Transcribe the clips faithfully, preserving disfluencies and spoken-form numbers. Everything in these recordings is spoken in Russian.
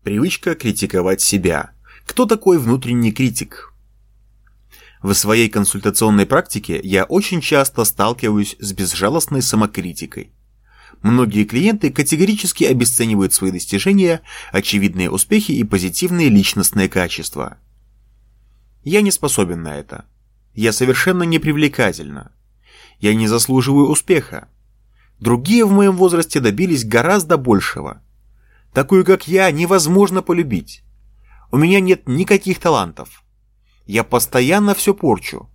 Привычка критиковать себя. Кто такой внутренний критик? В своей консультационной практике я очень часто сталкиваюсь с безжалостной самокритикой. Многие клиенты категорически обесценивают свои достижения, очевидные успехи и позитивные личностные качества. Я не способен на это. Я совершенно непривлекательна. Я не заслуживаю успеха. Другие в моем возрасте добились гораздо большего. Такую, как я, невозможно полюбить. У меня нет никаких талантов. Я постоянно все порчу.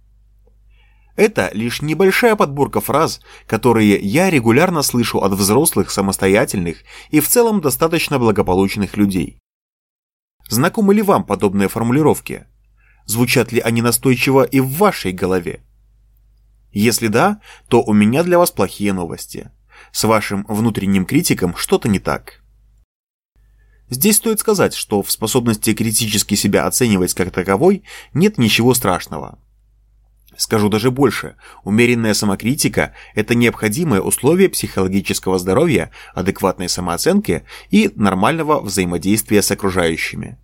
Это лишь небольшая подборка фраз, которые я регулярно слышу от взрослых, самостоятельных и в целом достаточно благополучных людей. Знакомы ли вам подобные формулировки? Звучат ли они настойчиво и в вашей голове? Если да, то у меня для вас плохие новости. С вашим внутренним критиком что-то не так. Здесь стоит сказать, что в способности критически себя оценивать как таковой нет ничего страшного. Скажу даже больше, умеренная самокритика – это необходимое условие психологического здоровья, адекватной самооценки и нормального взаимодействия с окружающими.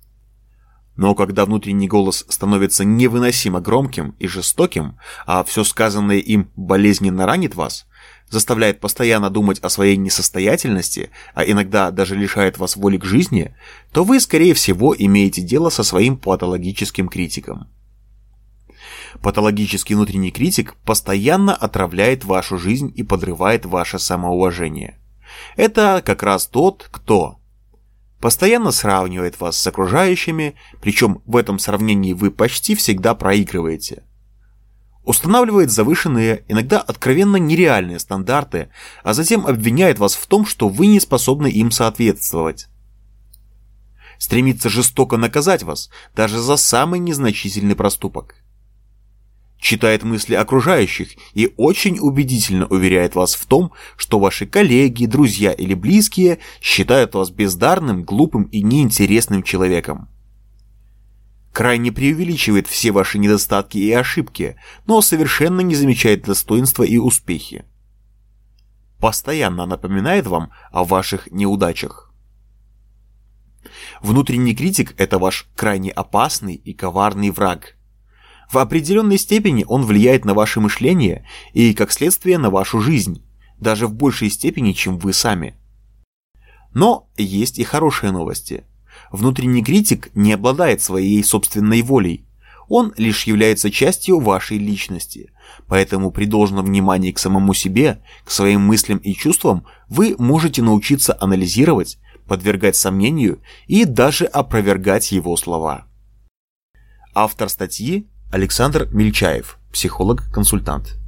Но когда внутренний голос становится невыносимо громким и жестоким, а все сказанное им болезненно ранит вас, заставляет постоянно думать о своей несостоятельности, а иногда даже лишает вас воли к жизни, то вы, скорее всего, имеете дело со своим патологическим критиком. Патологический внутренний критик постоянно отравляет вашу жизнь и подрывает ваше самоуважение. Это как раз тот, кто постоянно сравнивает вас с окружающими, причем в этом сравнении вы почти всегда проигрываете. Устанавливает завышенные, иногда откровенно нереальные стандарты, а затем обвиняет вас в том, что вы не способны им соответствовать. Стремится жестоко наказать вас даже за самый незначительный проступок. Читает мысли окружающих и очень убедительно уверяет вас в том, что ваши коллеги, друзья или близкие считают вас бездарным, глупым и неинтересным человеком. Крайне преувеличивает все ваши недостатки и ошибки, но совершенно не замечает достоинства и успехи. Постоянно напоминает вам о ваших неудачах. Внутренний критик – это ваш крайне опасный и коварный враг. В определенной степени он влияет на ваше мышление и, как следствие, на вашу жизнь, даже в большей степени, чем вы сами. Но есть и хорошие новости. Внутренний критик не обладает своей собственной волей. Он лишь является частью вашей личности. Поэтому при должном внимании к самому себе, к своим мыслям и чувствам вы можете научиться анализировать, подвергать сомнению и даже опровергать его слова. Автор статьи Александр Мельчаев, психолог-консультант.